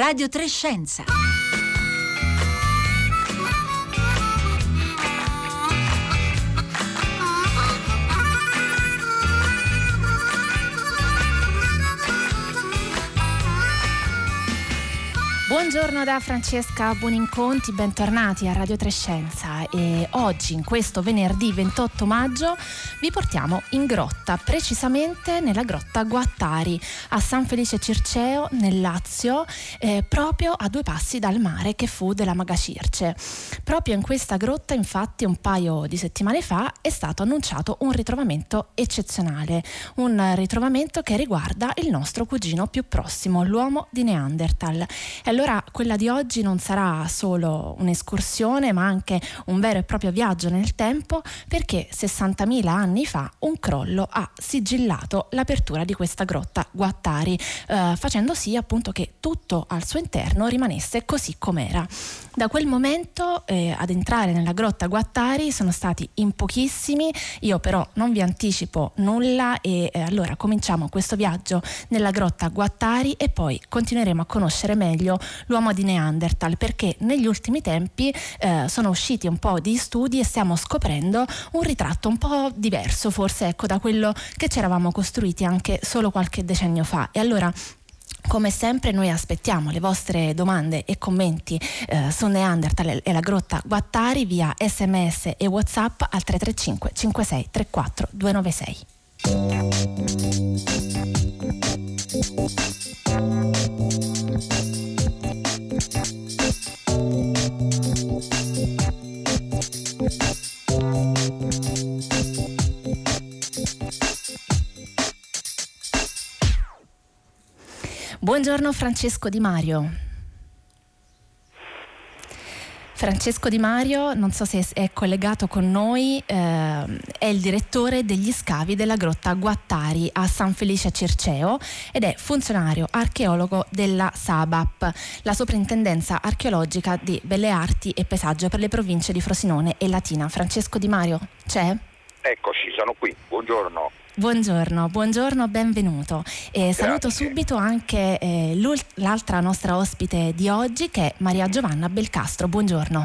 Radio 3 Scienza. Buongiorno da Francesca Buoninconti, bentornati a Radio 3 Scienza, e oggi, in questo venerdì 28 maggio, vi portiamo in grotta, precisamente nella grotta Guattari a San Felice Circeo nel Lazio, proprio a 2 passi dal mare che fu della Maga Circe. Proprio in questa grotta, infatti, un paio di settimane fa è stato annunciato un ritrovamento eccezionale, un ritrovamento che riguarda il nostro cugino più prossimo, l'uomo di Neanderthal. E allora quella di oggi non sarà solo un'escursione, ma anche un vero e proprio viaggio nel tempo, perché 60.000 anni fa un crollo ha sigillato l'apertura di questa grotta Guattari, facendo sì appunto che tutto al suo interno rimanesse così com'era. Da quel momento ad entrare nella grotta Guattari sono stati in pochissimi. Io però non vi anticipo nulla e allora cominciamo questo viaggio nella grotta Guattari e poi continueremo a conoscere meglio l'uomo di Neanderthal, perché negli ultimi tempi sono usciti un po' di studi e stiamo scoprendo un ritratto un po' diverso, forse, ecco, da quello che ci eravamo costruiti anche solo qualche decennio fa. E allora, come sempre, noi aspettiamo le vostre domande e commenti su Neanderthal e la grotta Guattari via SMS e WhatsApp al 335 56 34 296. Buongiorno Francesco Di Mario. Francesco Di Mario, non so se è collegato con noi, è il direttore degli scavi della grotta Guattari a San Felice Circeo ed è funzionario archeologo della SABAP, la Soprintendenza Archeologica di Belle Arti e Paesaggio per le province di Frosinone e Latina. Francesco Di Mario, c'è? Eccoci, sono qui, buongiorno. Buongiorno, benvenuto. Saluto subito anche l'altra nostra ospite di oggi, che è Maria Giovanna Belcastro. Buongiorno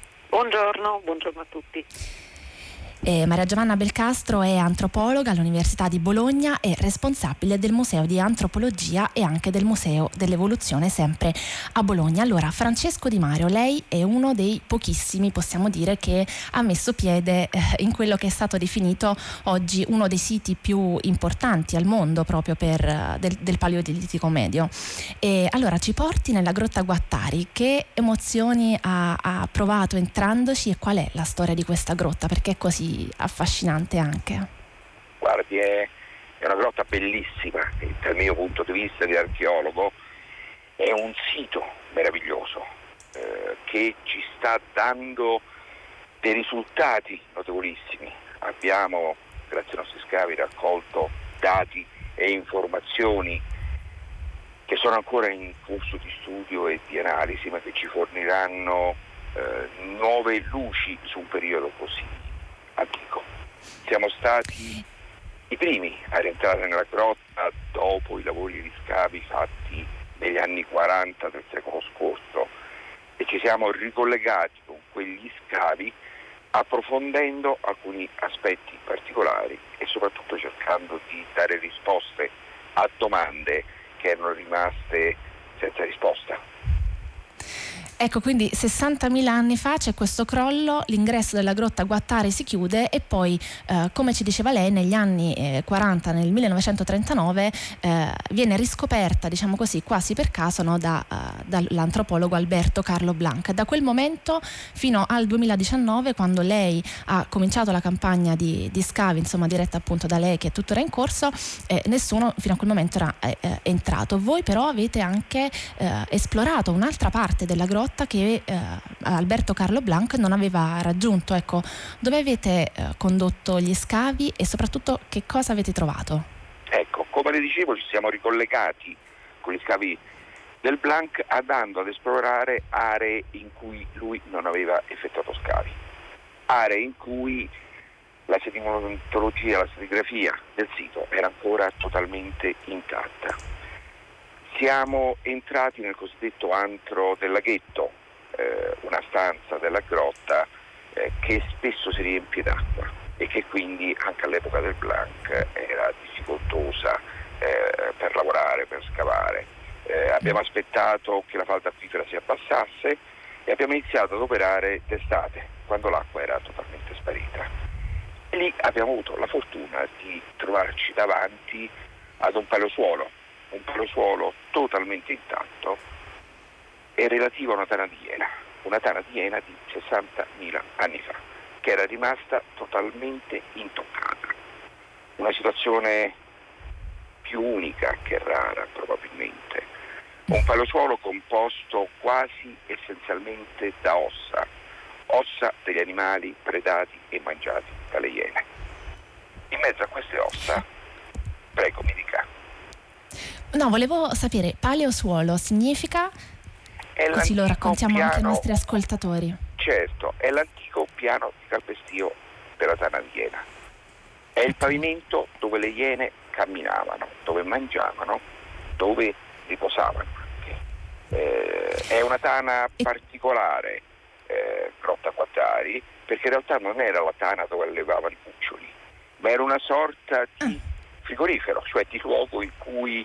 a tutti. Maria Giovanna Belcastro è antropologa all'Università di Bologna e responsabile del Museo di Antropologia e anche del Museo dell'Evoluzione, sempre a Bologna. Allora, Francesco Di Mario, lei è uno dei pochissimi, possiamo dire, che ha messo piede in quello che è stato definito oggi uno dei siti più importanti al mondo proprio del Paleolitico medio. E allora ci porti nella grotta Guattari. Che emozioni ha provato entrandoci e qual è la storia di questa grotta? Perché è così affascinante anche? Guardi, è una grotta bellissima e dal mio punto di vista di archeologo è un sito meraviglioso che ci sta dando dei risultati notevolissimi. Abbiamo, grazie ai nostri scavi, raccolto dati e informazioni che sono ancora in corso di studio e di analisi, ma che ci forniranno nuove luci su un periodo così antico. Siamo stati i primi a rientrare nella grotta dopo i lavori di scavi fatti negli anni 40 del secolo scorso e ci siamo ricollegati con quegli scavi approfondendo alcuni aspetti particolari e soprattutto cercando di dare risposte a domande che erano rimaste senza risposta. Ecco, quindi 60.000 anni fa c'è questo crollo, l'ingresso della grotta Guattari si chiude e poi, come ci diceva lei, negli anni 40, nel 1939, viene riscoperta, diciamo così, quasi per caso, no, dall'antropologo Alberto Carlo Blanc. Da quel momento fino al 2019, quando lei ha cominciato la campagna di scavi, insomma diretta appunto da lei, che è tuttora in corso, nessuno fino a quel momento era entrato. Voi però avete anche esplorato un'altra parte della grotta che Alberto Carlo Blanc non aveva raggiunto. Ecco, dove avete condotto gli scavi e soprattutto che cosa avete trovato? Ecco, come le dicevo, ci siamo ricollegati con gli scavi del Blanc andando ad esplorare aree in cui lui non aveva effettuato scavi, aree in cui la sedimentologia, la stratigrafia del sito era ancora totalmente intatta. siamo entrati nel cosiddetto antro del laghetto, una stanza della grotta che spesso si riempie d'acqua e che quindi anche all'epoca del Blanc era difficoltosa per lavorare, per scavare. Abbiamo aspettato che la falda acquifera si abbassasse e abbiamo iniziato ad operare d'estate, quando l'acqua era totalmente sparita. E lì abbiamo avuto la fortuna di trovarci davanti ad un paleosuolo totalmente intatto e relativo a una tana di Iena di 60.000 anni fa, che era rimasta totalmente intoccata. Una situazione più unica che rara probabilmente. Un paleosuolo composto quasi essenzialmente da ossa degli animali predati e mangiati dalle iene. In mezzo a queste ossa, prego, mi dica. No, volevo sapere, paleosuolo significa? Così lo raccontiamo anche ai nostri ascoltatori. Certo, è l'antico piano di calpestio della tana di Iena. È il pavimento dove le iene camminavano, dove mangiavano, dove riposavano anche. È una tana particolare, Grotta Quattari, perché in realtà non era la tana dove allevavano i cuccioli, ma era una sorta di frigorifero, cioè di luogo in cui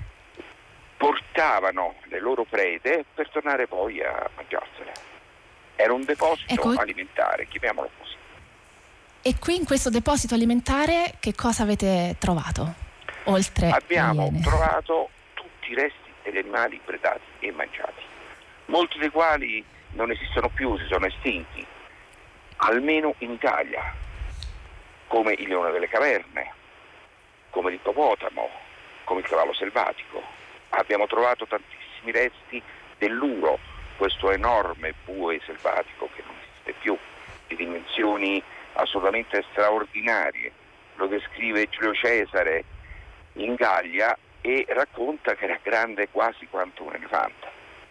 portavano le loro prede per tornare poi a mangiarsele. Era un deposito alimentare, chiamiamolo così. E qui in questo deposito alimentare che cosa avete trovato? Oltre abbiamo trovato tutti i resti degli animali predati e mangiati, molti dei quali non esistono più, si sono estinti, almeno in Italia, come il leone delle caverne, come l'ippopotamo, come il cavallo selvatico. Abbiamo trovato tantissimi resti dell'uro, questo enorme bue selvatico che non esiste più, di dimensioni assolutamente straordinarie. Lo descrive Giulio Cesare in Gallia e racconta che era grande quasi quanto un elefante.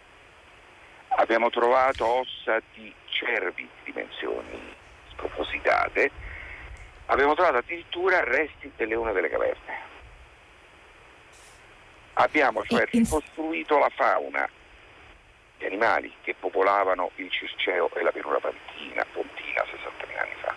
Abbiamo trovato ossa di cervi di dimensioni spropositate. Abbiamo trovato addirittura resti del leone delle caverne. Abbiamo cioè ricostruito la fauna, gli animali che popolavano il Circeo e la pianura pontina 60.000 anni fa.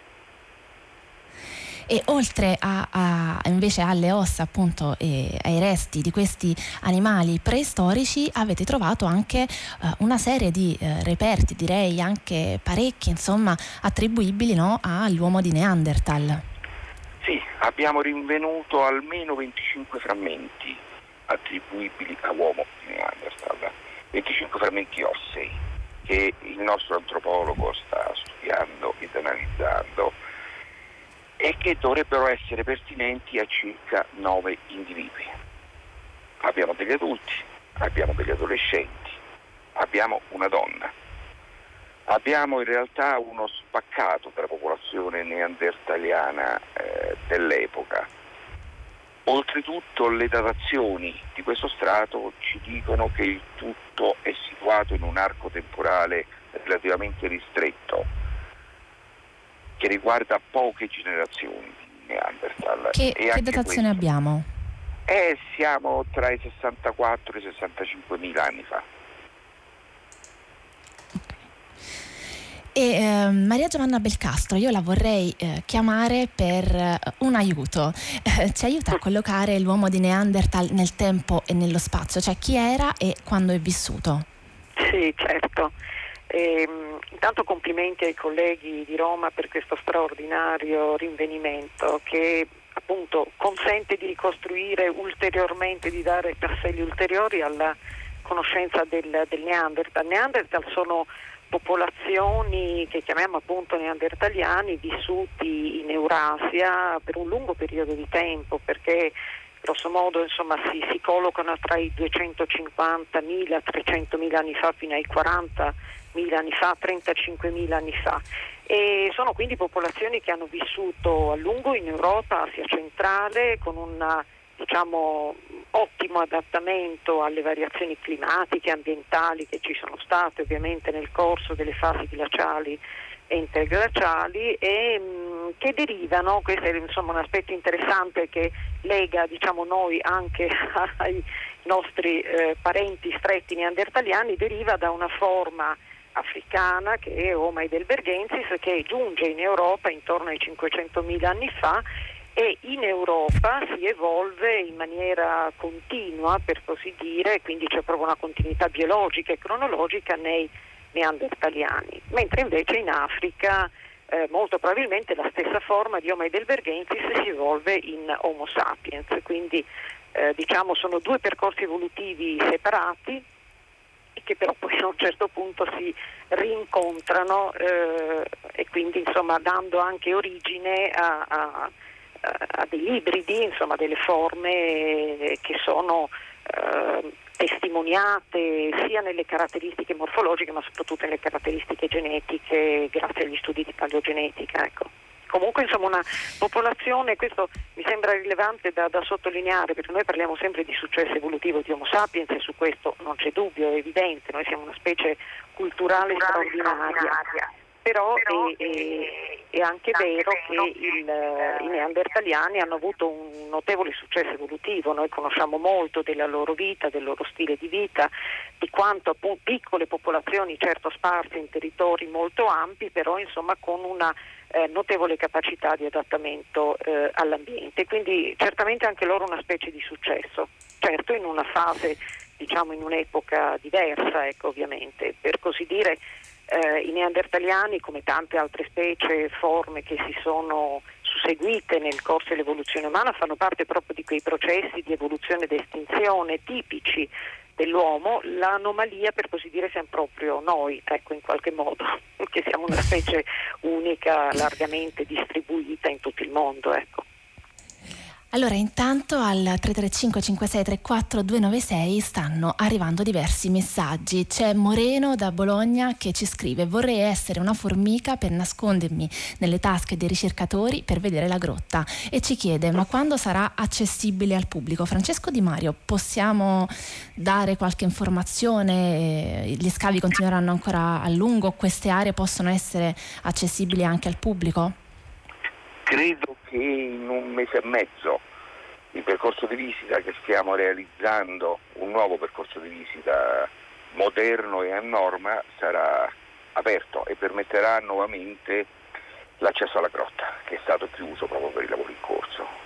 E oltre invece alle ossa appunto e ai resti di questi animali preistorici avete trovato anche una serie di reperti, direi anche parecchi, insomma, attribuibili, no, all'uomo di Neanderthal. Sì, abbiamo rinvenuto almeno 25 frammenti attribuibili all'uomo di Neanderthal, 25 frammenti ossei che il nostro antropologo sta studiando ed analizzando e che dovrebbero essere pertinenti a circa 9 individui. Abbiamo degli adulti, abbiamo degli adolescenti, abbiamo una donna, abbiamo in realtà uno spaccato della popolazione neandertaliana dell'epoca. Oltretutto le datazioni di questo strato ci dicono che il tutto è situato in un arco temporale relativamente ristretto, che riguarda poche generazioni di Neanderthal. Che datazione abbiamo? Siamo tra i 64 e i 65.000 anni fa. E Maria Giovanna Belcastro, io la vorrei chiamare per un aiuto. Ci aiuta a collocare l'uomo di Neanderthal nel tempo e nello spazio, cioè chi era e quando è vissuto? Sì, certo. Intanto complimenti ai colleghi di Roma per questo straordinario rinvenimento che appunto consente di ricostruire ulteriormente, di dare tasselli ulteriori alla conoscenza del Neanderthal. Neanderthal sono popolazioni che chiamiamo appunto neandertaliani, vissuti in Eurasia per un lungo periodo di tempo, perché grosso modo insomma si collocano tra i 250.000, 300.000 anni fa fino ai 40.000 anni fa, 35.000 anni fa, e sono quindi popolazioni che hanno vissuto a lungo in Europa, Asia centrale, con un ottimo adattamento alle variazioni climatiche e ambientali che ci sono state ovviamente nel corso delle fasi glaciali e interglaciali, e che derivano, questo è insomma un aspetto interessante che lega noi anche ai nostri parenti stretti neandertaliani, deriva da una forma africana che è Homo heidelbergensis, che giunge in Europa intorno ai 500.000 anni fa e in Europa si evolve in maniera continua, per così dire, quindi c'è proprio una continuità biologica e cronologica nei neandertaliani, mentre invece in Africa molto probabilmente la stessa forma di Homo heidelbergensis si evolve in Homo sapiens, quindi sono due percorsi evolutivi separati che però poi a un certo punto si rincontrano e quindi insomma dando anche origine a degli ibridi, insomma delle forme che sono testimoniate sia nelle caratteristiche morfologiche ma soprattutto nelle caratteristiche genetiche grazie agli studi di paleogenetica, ecco. Comunque insomma una popolazione, questo mi sembra rilevante da sottolineare, perché noi parliamo sempre di successo evolutivo di Homo sapiens e su questo non c'è dubbio, è evidente, noi siamo una specie culturale straordinaria. Però è anche vero che i neandertaliani hanno avuto un notevole successo evolutivo, noi conosciamo molto della loro vita, del loro stile di vita, di quanto appunto piccole popolazioni certo sparse in territori molto ampi, però insomma con una notevole capacità di adattamento all'ambiente, quindi certamente anche loro una specie di successo, certo in una fase, in un'epoca diversa, ecco, ovviamente, per così dire. I neandertaliani, come tante altre specie, forme che si sono susseguite nel corso dell'evoluzione umana, fanno parte proprio di quei processi di evoluzione ed estinzione tipici dell'uomo. L'anomalia, per così dire, siamo proprio noi, ecco, in qualche modo, che siamo una specie unica, largamente distribuita in tutto il mondo, ecco. Allora, intanto al 335 56 34 296 stanno arrivando diversi messaggi. C'è Moreno da Bologna che ci scrive: vorrei essere una formica per nascondermi nelle tasche dei ricercatori per vedere la grotta, e ci chiede: ma quando sarà accessibile al pubblico? Francesco Di Mario, possiamo dare qualche informazione? Gli scavi continueranno ancora a lungo? Queste aree possono essere accessibili anche al pubblico? Credo che in un mese e mezzo il percorso di visita che stiamo realizzando, un nuovo percorso di visita moderno e a norma, sarà aperto e permetterà nuovamente l'accesso alla grotta, che è stato chiuso proprio per i lavori in corso.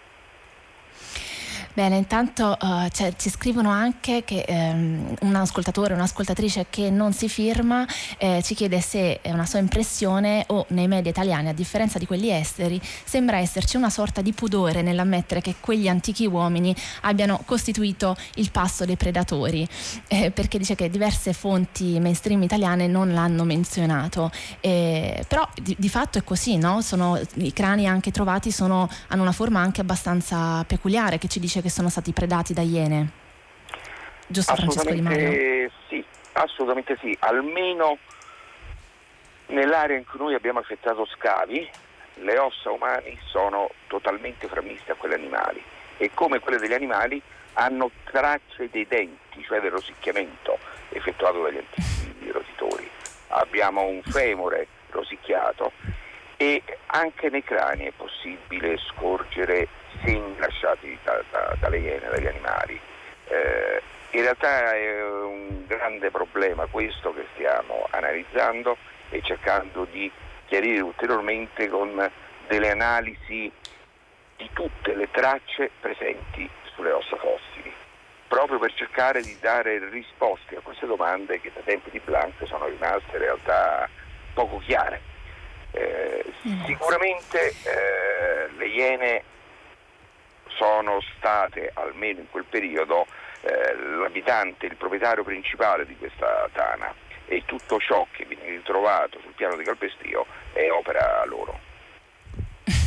Bene, intanto ci scrivono anche che un ascoltatore, un'ascoltatrice che non si firma ci chiede se è una sua impressione o nei media italiani, a differenza di quelli esteri, sembra esserci una sorta di pudore nell'ammettere che quegli antichi uomini abbiano costituito il pasto dei predatori, perché dice che diverse fonti mainstream italiane non l'hanno menzionato, però di fatto è così, no? I crani anche trovati hanno una forma anche abbastanza peculiare, che ci dice che sono stati predati da iene. Giusto, Francesco Di Mario? Sì, assolutamente sì. Almeno nell'area in cui noi abbiamo effettuato scavi, le ossa umane sono totalmente framiste a quelle animali e come quelle degli animali hanno tracce dei denti, cioè del rosicchiamento effettuato dagli antichi rositori. Abbiamo un femore rosicchiato e anche nei crani è possibile scorgere segni lasciati dalle iene, dagli animali. In realtà è un grande problema questo che stiamo analizzando e cercando di chiarire ulteriormente con delle analisi di tutte le tracce presenti sulle ossa fossili, proprio per cercare di dare risposte a queste domande che da tempi di Planck sono rimaste in realtà poco chiare. Sicuramente le iene sono state, almeno in quel periodo, l'abitante, il proprietario principale di questa tana, e tutto ciò che viene ritrovato sul piano di calpestio è opera loro.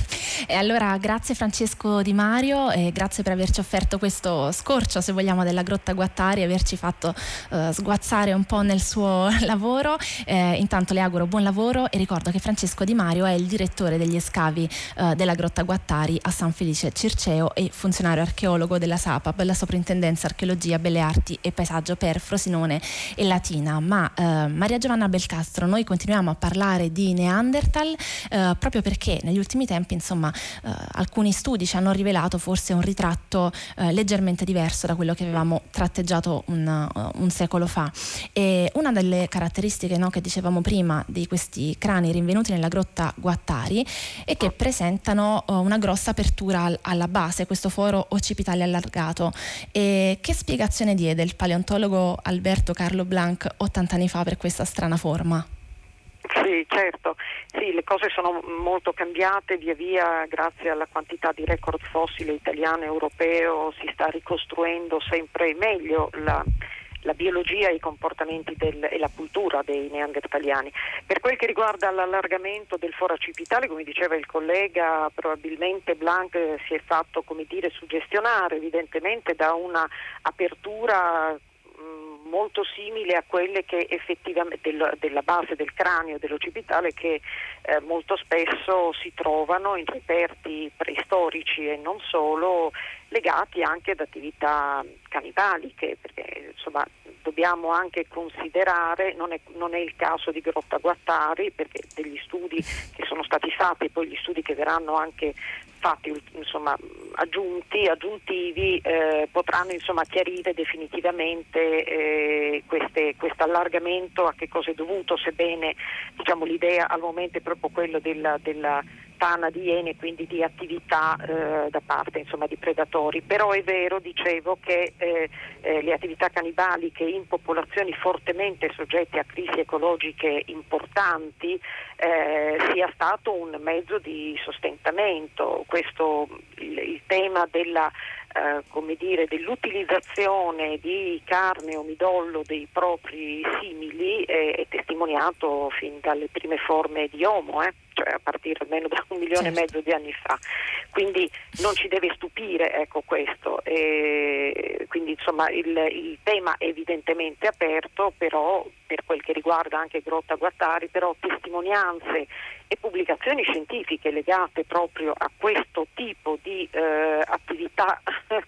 E allora grazie Francesco Di Mario e grazie per averci offerto questo scorcio, se vogliamo, della Grotta Guattari e averci fatto sguazzare un po' nel suo lavoro. Intanto le auguro buon lavoro e ricordo che Francesco Di Mario è il direttore degli scavi della Grotta Guattari a San Felice Circeo e funzionario archeologo della SAPAB, la Soprintendenza Archeologia, Belle Arti e Paesaggio per Frosinone e Latina. Ma Maria Giovanna Belcastro, noi continuiamo a parlare di Neanderthal proprio perché negli ultimi tempi, insomma, alcuni studi ci hanno rivelato forse un ritratto leggermente diverso da quello che avevamo tratteggiato un secolo fa. E una delle caratteristiche, no, che dicevamo prima di questi crani rinvenuti nella Grotta Guattari è che presentano una grossa apertura alla base, questo foro occipitale allargato. E che spiegazione diede il paleontologo Alberto Carlo Blanc 80 anni fa per questa strana forma? Sì, certo, sì, le cose sono molto cambiate via via grazie alla quantità di record fossile italiano e europeo, si sta ricostruendo sempre meglio la biologia, i comportamenti e la cultura dei neandertaliani. Per quel che riguarda l'allargamento del foro occipitale, come diceva il collega, probabilmente Blanc si è fatto, come dire, suggestionare evidentemente da una apertura molto simile a quelle che effettivamente della base del cranio dell'occipitale, che molto spesso si trovano in reperti preistorici e non solo, legati anche ad attività cannibaliche, perché insomma dobbiamo anche considerare, non è il caso di Grotta Guattari, perché degli studi che sono stati fatti e poi gli studi che verranno anche fatti, insomma, aggiuntivi, potranno insomma chiarire definitivamente questo allargamento a che cosa è dovuto, sebbene diciamo l'idea al momento è proprio quello della tana di iene, quindi di attività da parte insomma di predatori. Però è vero, dicevo, che le attività cannibaliche in popolazioni fortemente soggette a crisi ecologiche importanti sia stato un mezzo di sostentamento. Questo il tema della dell'utilizzazione di carne o midollo dei propri simili è testimoniato fin dalle prime forme di Homo, cioè a partire almeno da 1,5 milioni di anni fa. Quindi non ci deve stupire, ecco, questo. Quindi insomma il tema è evidentemente aperto, però per quel che riguarda anche Grotta Guattari, però testimonianze e pubblicazioni scientifiche legate proprio a questo tipo di attività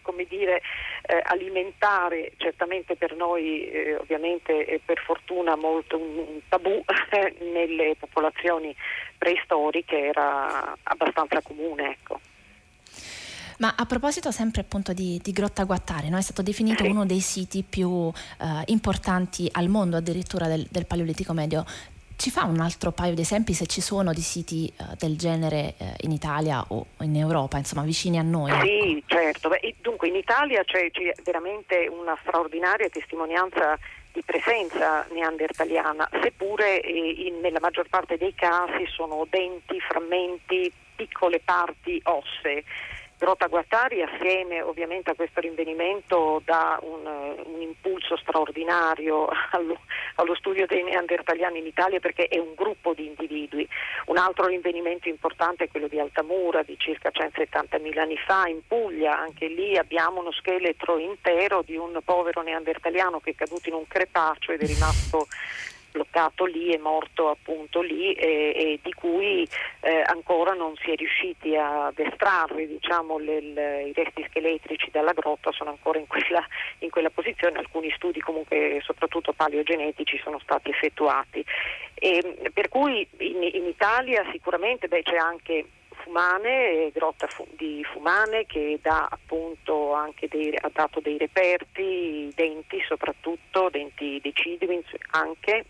alimentare, certamente per noi ovviamente e per fortuna molto un tabù nelle popolazioni preistoriche era abbastanza comune, ecco. Ma a proposito sempre appunto di Grotta Guattari, no? È stato definito uno dei siti più importanti al mondo addirittura del Paleolitico Medio. Ci fa un altro paio di esempi, se ci sono, di siti del genere in Italia o in Europa, insomma vicini a noi? Sì, certo. Dunque in Italia c'è veramente una straordinaria testimonianza di presenza neandertaliana, seppure nella maggior parte dei casi sono denti, frammenti, piccole parti ossee. Grotta Guattari, assieme ovviamente a questo rinvenimento, dà un impulso straordinario allo studio dei neandertaliani in Italia, perché è un gruppo di individui. Un altro rinvenimento importante è quello di Altamura di circa 170.000 anni fa in Puglia. Anche lì abbiamo uno scheletro intero di un povero neandertaliano che è caduto in un crepaccio ed è rimasto bloccato lì, è morto appunto lì, e di cui ancora non si è riusciti ad estrarre, diciamo, i resti scheletrici dalla grotta, sono ancora in quella posizione. Alcuni studi comunque soprattutto paleogenetici sono stati effettuati, per cui in Italia sicuramente c'è anche Fumane, Grotta di Fumane, che dà appunto anche ha dato dei reperti, denti soprattutto, denti decidui anche,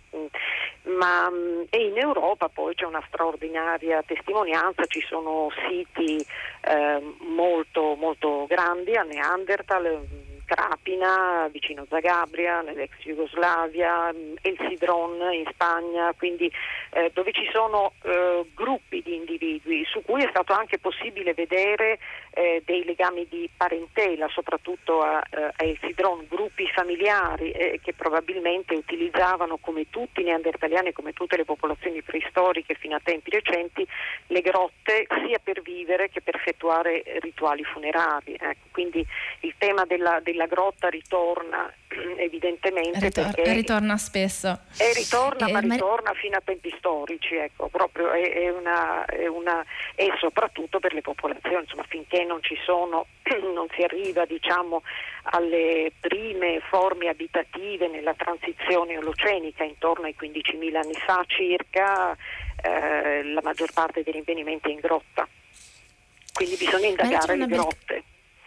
e in Europa poi c'è una straordinaria testimonianza, ci sono siti molto molto grandi a Neanderthal, Krapina, vicino Zagabria, nell'ex Jugoslavia, El Cidrón in Spagna, quindi dove ci sono gruppi di individui su cui è stato anche possibile vedere dei legami di parentela, soprattutto a El Cidrón, gruppi familiari che probabilmente utilizzavano, come tutti i neandertaliani, come tutte le popolazioni preistoriche fino a tempi recenti, le grotte sia per vivere che per effettuare rituali funerari. Ecco, quindi il tema della grotta ritorna evidentemente perché ritorna spesso ritorna fino a tempi storici, ecco, proprio e soprattutto per le popolazioni, insomma, finché non si arriva, diciamo, alle prime forme abitative nella transizione olocenica intorno ai 15.000 anni fa circa, la maggior parte dei rinvenimenti è in grotta, quindi bisogna indagare le grotte.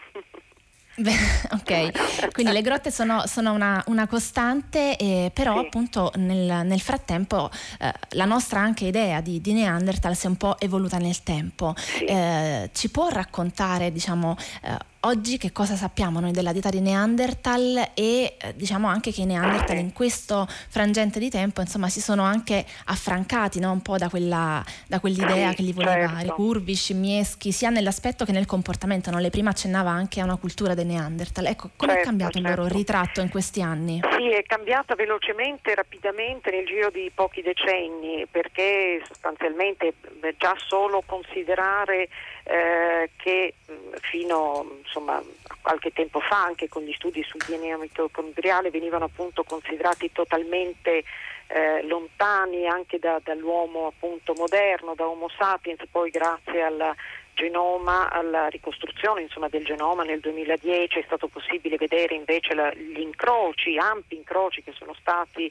Ok, quindi le grotte sono una costante, però sì, appunto nel frattempo la nostra anche idea di Neanderthal si è un po' evoluta nel tempo. Sì. Ci può raccontare, diciamo, oggi che cosa sappiamo noi della dieta di Neanderthal e diciamo anche che i Neanderthal in questo frangente di tempo, insomma, si sono anche affrancati, no? Un po' da quell'idea che li voleva ricurvi, scimmieschi, sia nell'aspetto che nel comportamento, no? Lei prima accennava anche a una cultura dei Neanderthal. Ecco, come è cambiato il loro ritratto in questi anni? Sì, è cambiata velocemente, rapidamente nel giro di pochi decenni, perché sostanzialmente già solo considerare che fino a qualche tempo fa, anche con gli studi sul DNA mitocondriale, venivano appunto considerati totalmente lontani anche dall'uomo appunto moderno, da Homo sapiens. Poi grazie al genoma, alla ricostruzione del genoma nel 2010 è stato possibile vedere invece gli incroci, ampi incroci che sono stati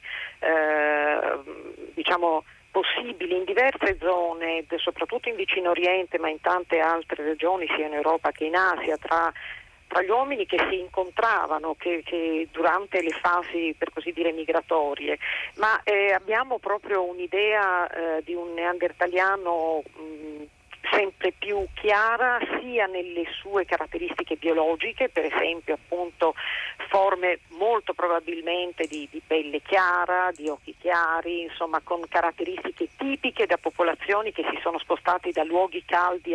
possibili in diverse zone, soprattutto in Vicino Oriente, ma in tante altre regioni, sia in Europa che in Asia, tra gli uomini che si incontravano che durante le fasi, per così dire, migratorie. Ma abbiamo proprio un'idea di un neandertaliano sempre più chiara, sia nelle sue caratteristiche biologiche, per esempio appunto forme molto probabilmente di pelle chiara, di occhi chiari, insomma con caratteristiche tipiche da popolazioni che si sono spostati da luoghi caldi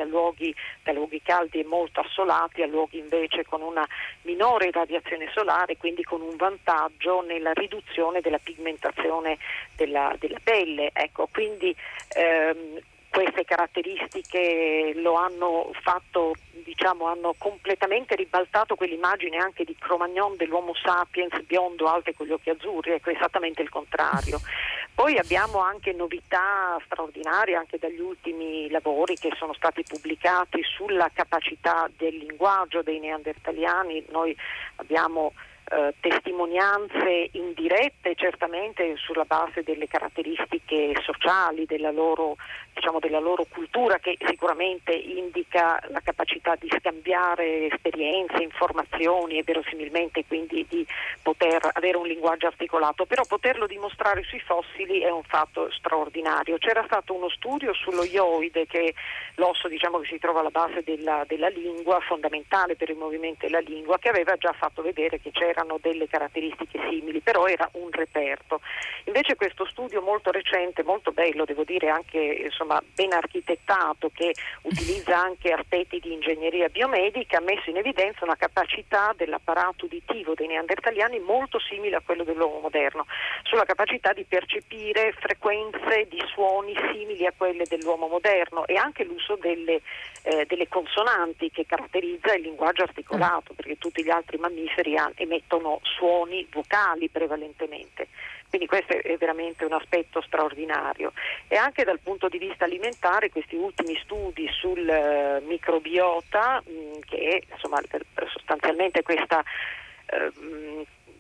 e molto assolati a luoghi invece con una minore radiazione solare, quindi con un vantaggio nella riduzione della pigmentazione della pelle. Ecco, quindi queste caratteristiche lo hanno fatto, hanno completamente ribaltato quell'immagine anche di Cro-Magnon dell'Homo sapiens biondo, alto e con gli occhi azzurri. Ecco, esattamente il contrario. Poi abbiamo anche novità straordinarie anche dagli ultimi lavori che sono stati pubblicati sulla capacità del linguaggio dei neandertaliani. Noi abbiamo testimonianze indirette certamente sulla base delle caratteristiche sociali della loro cultura, che sicuramente indica la capacità di scambiare esperienze, informazioni e verosimilmente quindi di poter avere un linguaggio articolato, però poterlo dimostrare sui fossili è un fatto straordinario. C'era stato uno studio sullo ioide, che è l'osso che si trova alla base della lingua, fondamentale per il movimento della lingua, che aveva già fatto vedere che c'erano delle caratteristiche simili, però era un reperto. Invece questo studio molto recente, molto bello, devo dire anche ben architettato, che utilizza anche aspetti di ingegneria biomedica, ha messo in evidenza una capacità dell'apparato uditivo dei neandertaliani molto simile a quello dell'uomo moderno, sulla capacità di percepire frequenze di suoni simili a quelle dell'uomo moderno, e anche l'uso delle consonanti, che caratterizza il linguaggio articolato, perché tutti gli altri mammiferi emettono suoni vocali prevalentemente. Quindi questo è veramente un aspetto straordinario. E anche dal punto di vista alimentare, questi ultimi studi sul microbiota, che è sostanzialmente questa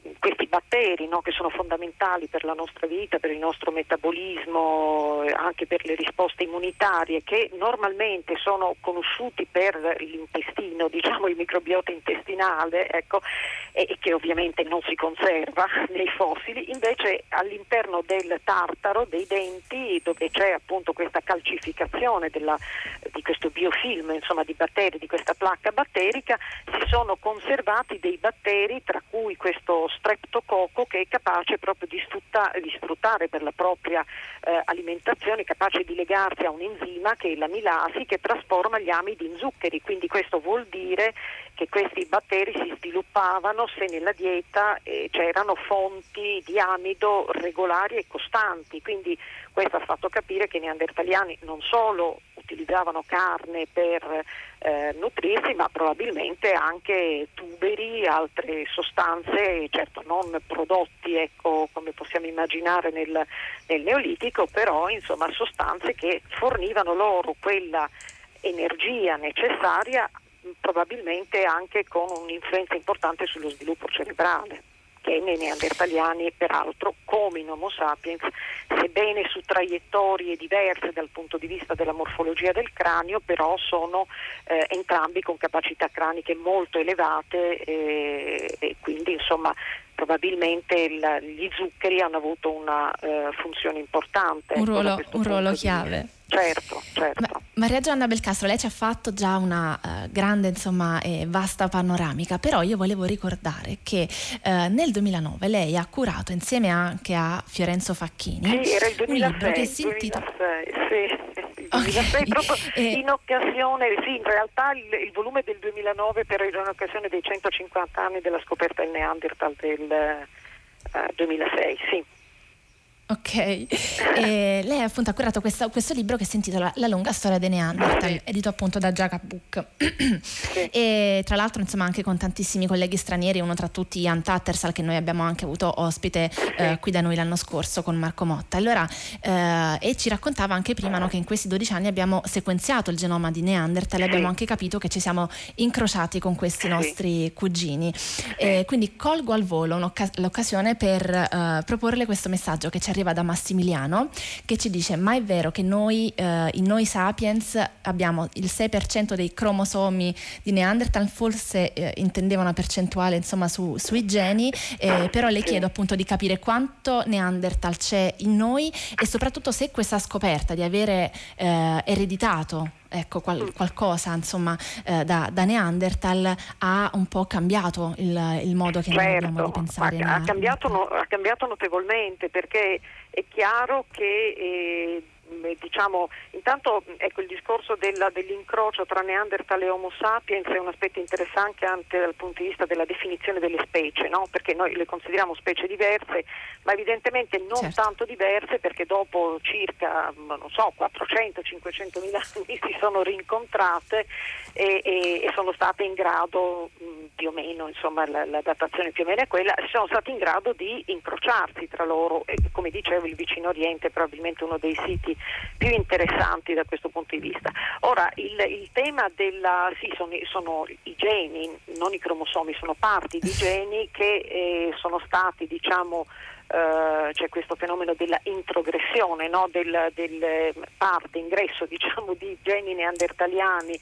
questi batteri, no, che sono fondamentali per la nostra vita, per il nostro metabolismo, anche per le risposte immunitarie, che normalmente sono conosciuti per l'intestino, diciamo il microbiota intestinale, ecco, e che ovviamente non si conserva nei fossili, invece all'interno del tartaro, dei denti, dove c'è appunto questa calcificazione di questo biofilm, insomma di batteri, di questa placca batterica, si sono conservati dei batteri, tra cui questo streptococco, che è capace proprio di sfruttare per la propria alimentazione, capace di legarsi a un enzima che è l'amilasi, che trasforma gli amidi in zuccheri. Quindi questo vuol dire che questi batteri si sviluppavano se nella dieta c'erano fonti di amido regolari e costanti. Quindi questo ha fatto capire che i neandertaliani non solo utilizzavano carne per nutrirsi, ma probabilmente anche tuberi, altre sostanze, certo non prodotti, ecco, come possiamo immaginare nel Neolitico, però insomma sostanze che fornivano loro quella energia necessaria, probabilmente anche con un'influenza importante sullo sviluppo cerebrale, che nei neandertaliani peraltro, come in Homo sapiens, sebbene su traiettorie diverse dal punto di vista della morfologia del cranio, però sono entrambi con capacità craniche molto elevate e quindi insomma probabilmente gli zuccheri hanno avuto una funzione importante. Un ruolo chiave. Certo. Maria Giovanna Belcastro, lei ci ha fatto già una grande e vasta panoramica, però io volevo ricordare che nel 2009 lei ha curato insieme anche a Fiorenzo Facchini era il 2006, un libro che si intitola... Il 2006 proprio in occasione, in realtà il volume del 2009 però era in occasione dei 150 anni della scoperta del Neanderthal del 2006, sì. Ok, lei appunto ha curato questo libro che si intitola La lunga storia dei Neanderthal, edito appunto da Jaga Book. E tra l'altro anche con tantissimi colleghi stranieri, uno tra tutti Jan Tattersall, che noi abbiamo anche avuto ospite qui da noi l'anno scorso con Marco Motta. Allora, e ci raccontava anche prima che in questi 12 anni abbiamo sequenziato il genoma di Neanderthal e abbiamo anche capito che ci siamo incrociati con questi nostri cugini. Quindi colgo al volo l'occasione per proporle questo messaggio che ci arriva da Massimiliano, che ci dice: ma è vero che noi in noi sapiens abbiamo il 6% dei cromosomi di Neanderthal? Forse intendeva una percentuale sui geni, però le chiedo appunto di capire quanto Neanderthal c'è in noi e soprattutto se questa scoperta di avere ereditato qualcosa da Neanderthal ha un po' cambiato il modo che noi abbiamo di pensare. Ha cambiato notevolmente, perché è chiaro che intanto il discorso dell'incrocio tra Neanderthal e Homo sapiens è un aspetto interessante anche dal punto di vista della definizione delle specie, no? Perché noi le consideriamo specie diverse, ma evidentemente non tanto diverse, perché dopo circa 400-500 mila anni si sono rincontrate e sono state in grado più o meno, la datazione più o meno è quella, sono stati in grado di incrociarsi tra loro e, come dicevo, il Vicino Oriente è probabilmente uno dei siti più interessanti da questo punto di vista. Ora il tema sono i geni, non i cromosomi, sono parti di geni che sono stati c'è questo fenomeno della introgressione, no? del parte ingresso di geni neandertaliani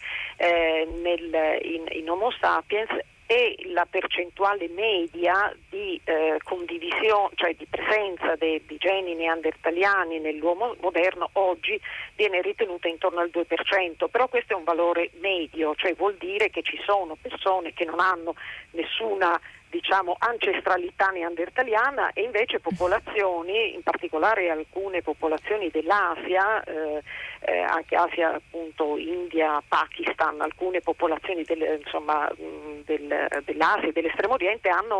in Homo sapiens, e la percentuale media di condivisione, cioè di presenza di geni neandertaliani nell'uomo moderno oggi viene ritenuta intorno al 2%, però questo è un valore medio, cioè vuol dire che ci sono persone che non hanno nessuna ancestralità neandertaliana e invece popolazioni, in particolare alcune popolazioni dell'Asia, anche Asia appunto, India, Pakistan, alcune popolazioni dell'Asia e dell'Estremo Oriente hanno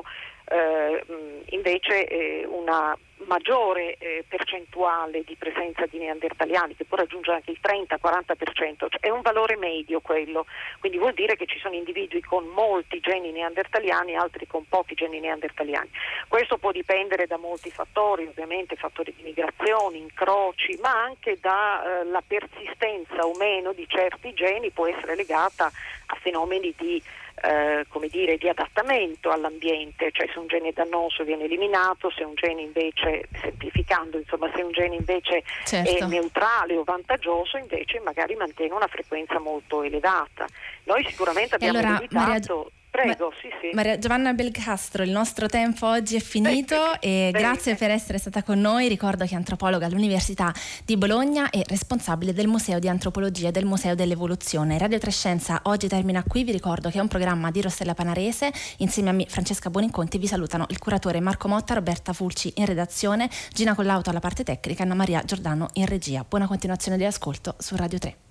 invece una maggiore percentuale di presenza di neandertaliani, che può raggiungere anche il 30-40%, cioè è un valore medio quello, quindi vuol dire che ci sono individui con molti geni neandertaliani, altri con pochi geni neandertaliani. Questo può dipendere da molti fattori, ovviamente fattori di migrazione, incroci, ma anche dalla persistenza o meno di certi geni, può essere legata a fenomeni di come dire, di adattamento all'ambiente, cioè se un gene è dannoso viene eliminato, se un gene invece, semplificando, insomma, se un gene invece è neutrale o vantaggioso, invece magari mantiene una frequenza molto elevata. Noi sicuramente abbiamo limitato. Prego, sì. Maria Giovanna Belcastro, il nostro tempo oggi è finito e grazie per essere stata con noi. Ricordo che è antropologa all'Università di Bologna e responsabile del Museo di Antropologia e del Museo dell'Evoluzione. Radio Trescenza oggi termina qui. Vi ricordo che è un programma di Rossella Panarese. Insieme a me, Francesca Buoninconti, vi salutano il curatore Marco Motta, Roberta Fulci in redazione, Gina Collauto alla parte tecnica, Anna Maria Giordano in regia. Buona continuazione di ascolto su Radio 3.